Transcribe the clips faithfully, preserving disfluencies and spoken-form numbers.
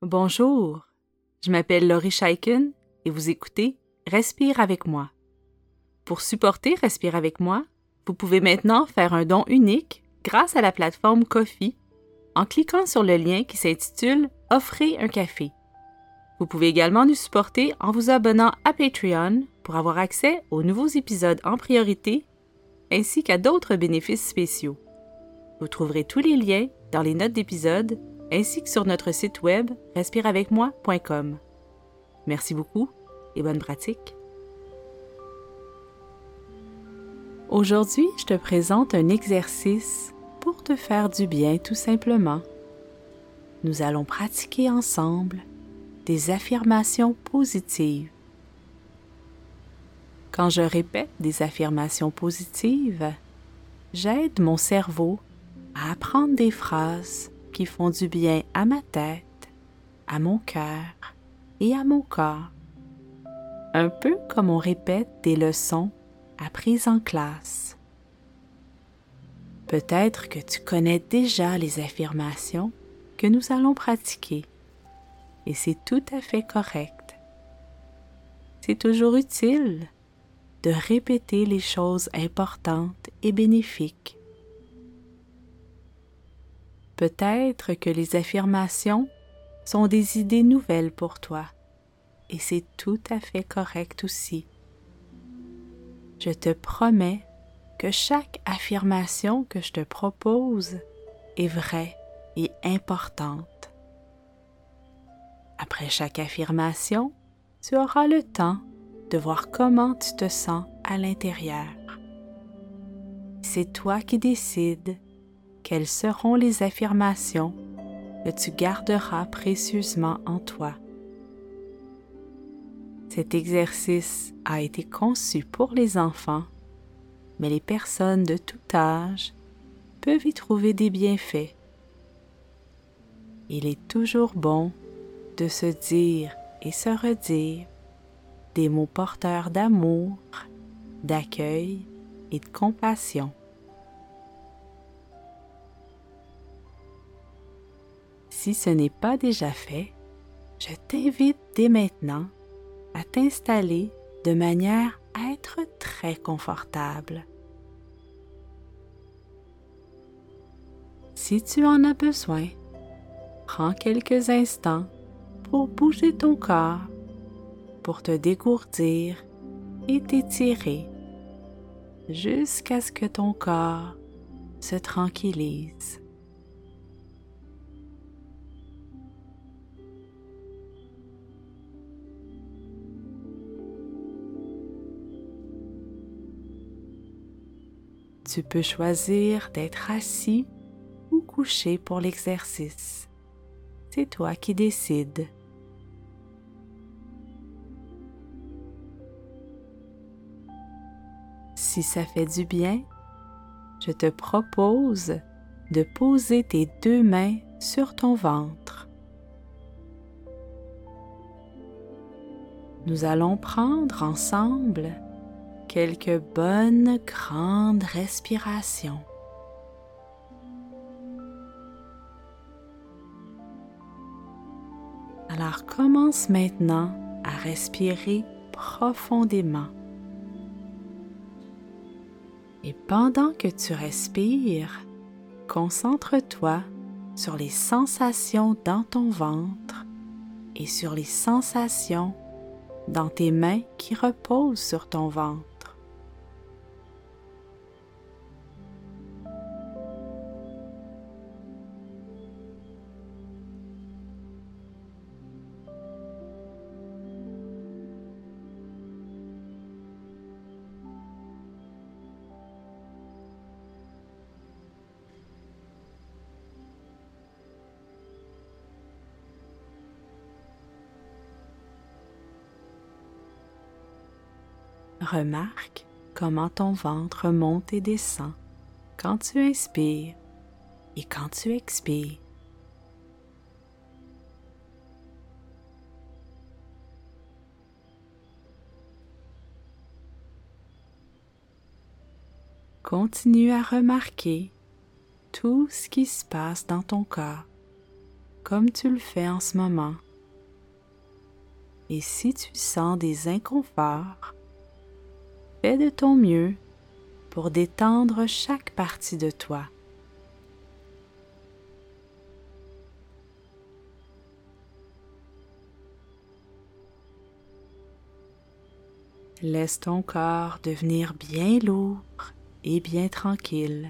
Bonjour, je m'appelle Laurie Scheiken et vous écoutez Respire avec moi. Pour supporter Respire avec moi, vous pouvez maintenant faire un don unique grâce à la plateforme Ko-fi en cliquant sur le lien qui s'intitule « Offrez un café ». Vous pouvez également nous supporter en vous abonnant à Patreon pour avoir accès aux nouveaux épisodes en priorité ainsi qu'à d'autres bénéfices spéciaux. Vous trouverez tous les liens dans les notes d'épisode ainsi que sur notre site web respire avec moi point com. Merci beaucoup et bonne pratique. Aujourd'hui, je te présente un exercice pour te faire du bien tout simplement. Nous allons pratiquer ensemble des affirmations positives. Quand je répète des affirmations positives, j'aide mon cerveau à apprendre des phrases qui font du bien à ma tête, à mon cœur et à mon corps. Un peu comme on répète des leçons apprises en classe. Peut-être que tu connais déjà les affirmations que nous allons pratiquer et c'est tout à fait correct. C'est toujours utile de répéter les choses importantes et bénéfiques. Peut-être que les affirmations sont des idées nouvelles pour toi et c'est tout à fait correct aussi. Je te promets que chaque affirmation que je te propose est vraie et importante. Après chaque affirmation, tu auras le temps de voir comment tu te sens à l'intérieur. C'est toi qui décides quelles seront les affirmations que tu garderas précieusement en toi. Cet exercice a été conçu pour les enfants, mais les personnes de tout âge peuvent y trouver des bienfaits. Il est toujours bon de se dire et se redire des mots porteurs d'amour, d'accueil et de compassion. Si ce n'est pas déjà fait, je t'invite dès maintenant à t'installer de manière à être très confortable. Si tu en as besoin, prends quelques instants pour bouger ton corps, pour te dégourdir et t'étirer jusqu'à ce que ton corps se tranquillise. Tu peux choisir d'être assis ou couché pour l'exercice. C'est toi qui décides. Si ça fait du bien, je te propose de poser tes deux mains sur ton ventre. Nous allons prendre ensemble quelques bonnes grandes respirations. Alors commence maintenant à respirer profondément. Et pendant que tu respires, concentre-toi sur les sensations dans ton ventre et sur les sensations dans tes mains qui reposent sur ton ventre. Remarque comment ton ventre monte et descend quand tu inspires et quand tu expires. Continue à remarquer tout ce qui se passe dans ton corps, comme tu le fais en ce moment. Et si tu sens des inconforts, fais de ton mieux pour détendre chaque partie de toi. Laisse ton corps devenir bien lourd et bien tranquille.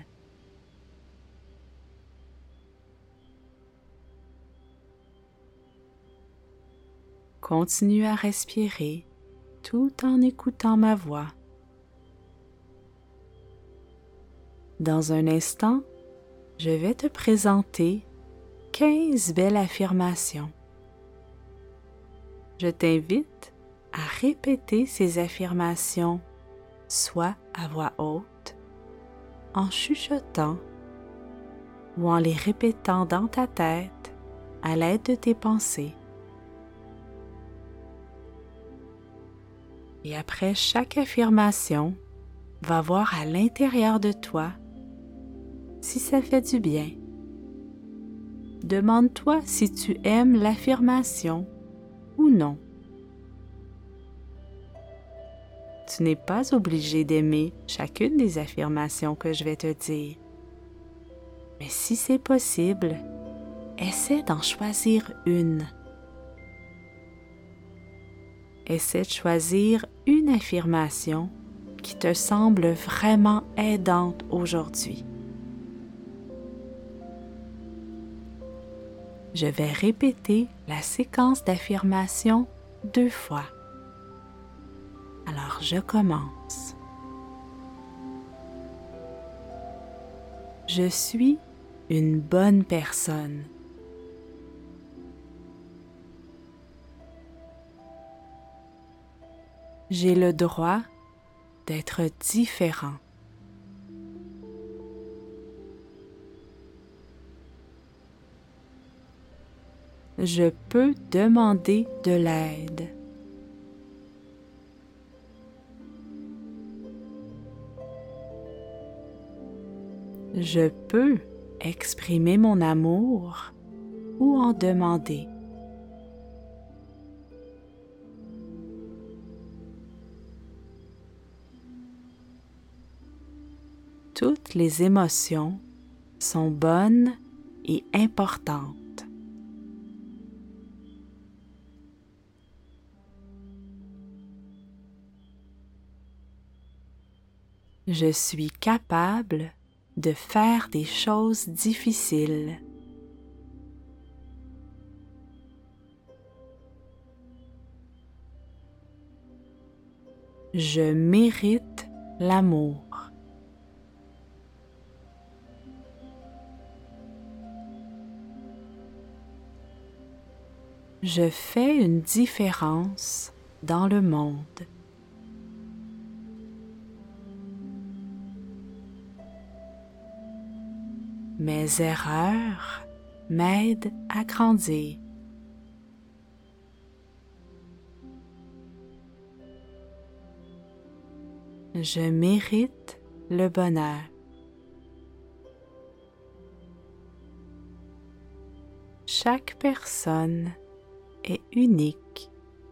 Continue à respirer tout en écoutant ma voix. Dans un instant, je vais te présenter quinze belles affirmations. Je t'invite à répéter ces affirmations soit à voix haute, en chuchotant ou en les répétant dans ta tête à l'aide de tes pensées. Et après chaque affirmation, va voir à l'intérieur de toi si ça fait du bien. Demande-toi si tu aimes l'affirmation ou non. Tu n'es pas obligé d'aimer chacune des affirmations que je vais te dire. Mais si c'est possible, essaie d'en choisir une. Essaie de choisir une affirmation qui te semble vraiment aidante aujourd'hui. Je vais répéter la séquence d'affirmations deux fois. Alors je commence. Je suis une bonne personne. J'ai le droit d'être différent. Je peux demander de l'aide. Je peux exprimer mon amour ou en demander. Toutes les émotions sont bonnes et importantes. Je suis capable de faire des choses difficiles. Je mérite l'amour. Je fais une différence dans le monde. Mes erreurs m'aident à grandir. Je mérite le bonheur. Chaque personne est unique.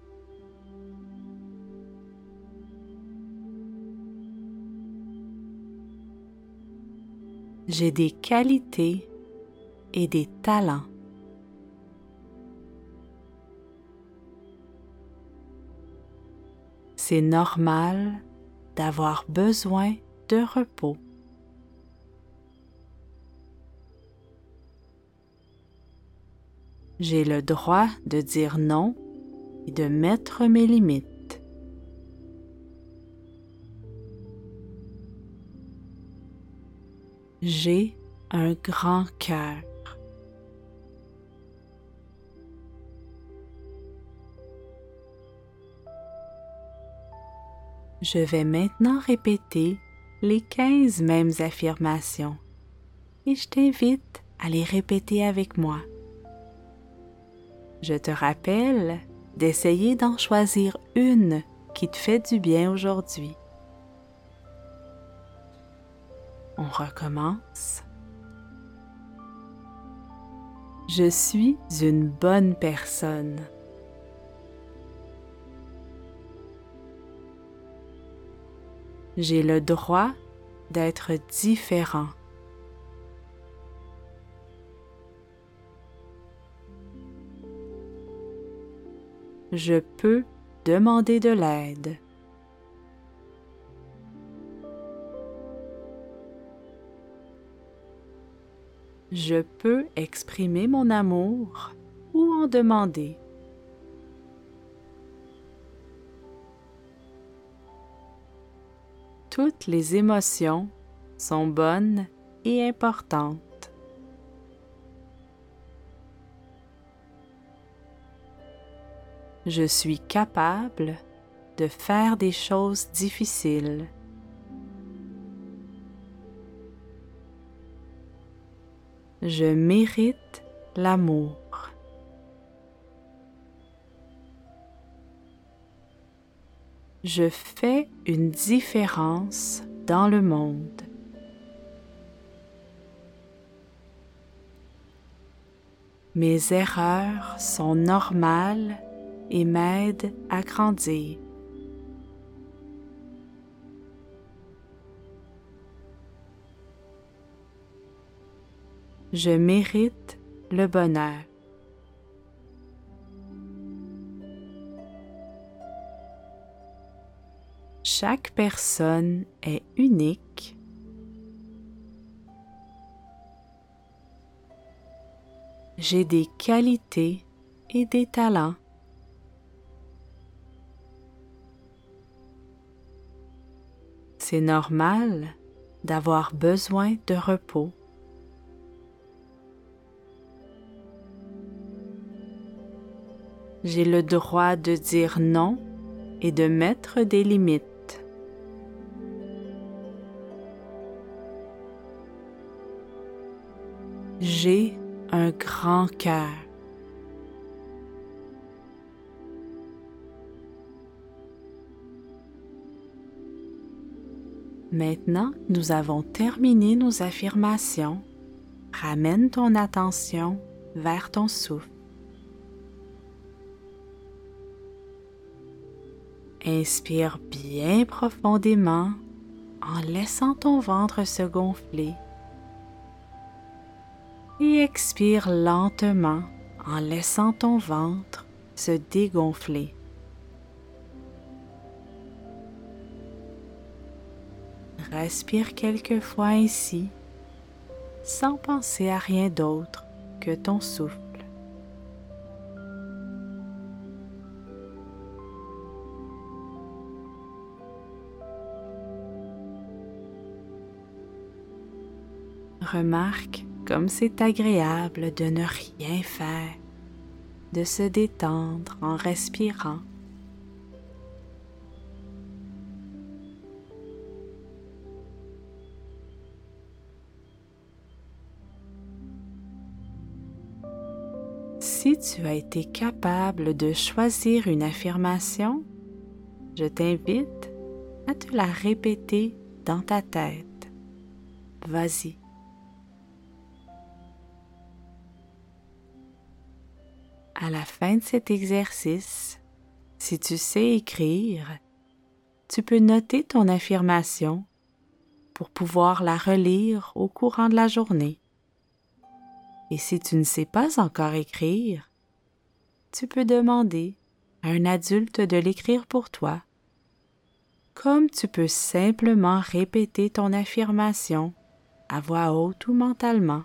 J'ai des qualités et des talents. C'est normal d'avoir besoin de repos. J'ai le droit de dire non et de mettre mes limites. J'ai un grand cœur. Je vais maintenant répéter les quinze mêmes affirmations et je t'invite à les répéter avec moi. Je te rappelle d'essayer d'en choisir une qui te fait du bien aujourd'hui. On recommence. Je suis une bonne personne. J'ai le droit d'être différent. Je peux demander de l'aide. Je peux exprimer mon amour ou en demander. Toutes les émotions sont bonnes et importantes. Je suis capable de faire des choses difficiles. Je mérite l'amour. Je fais une différence dans le monde. Mes erreurs sont normales et m'aident à grandir. Je mérite le bonheur. Chaque personne est unique. J'ai des qualités et des talents. C'est normal d'avoir besoin de repos. J'ai le droit de dire non et de mettre des limites. J'ai un grand cœur. Maintenant, nous avons terminé nos affirmations. Ramène ton attention vers ton souffle. Inspire bien profondément en laissant ton ventre se gonfler. Et expire lentement en laissant ton ventre se dégonfler. Respire quelques fois ainsi, sans penser à rien d'autre que ton souffle. Remarque comme c'est agréable de ne rien faire, de se détendre en respirant. Si tu as été capable de choisir une affirmation, je t'invite à te la répéter dans ta tête. Vas-y. À la fin de cet exercice, si tu sais écrire, tu peux noter ton affirmation pour pouvoir la relire au courant de la journée. Et si tu ne sais pas encore écrire, tu peux demander à un adulte de l'écrire pour toi, comme tu peux simplement répéter ton affirmation à voix haute ou mentalement.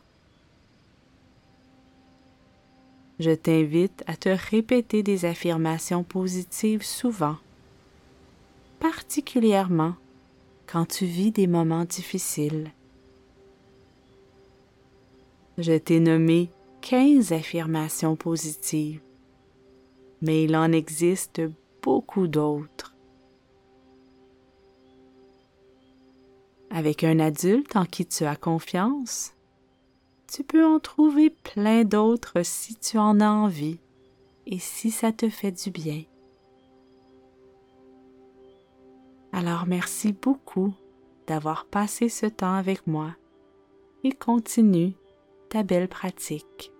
Je t'invite à te répéter des affirmations positives souvent, particulièrement quand tu vis des moments difficiles. Je t'ai nommé quinze affirmations positives, mais il en existe beaucoup d'autres. Avec un adulte en qui tu as confiance, tu peux en trouver plein d'autres si tu en as envie et si ça te fait du bien. Alors merci beaucoup d'avoir passé ce temps avec moi et continue ta belle pratique.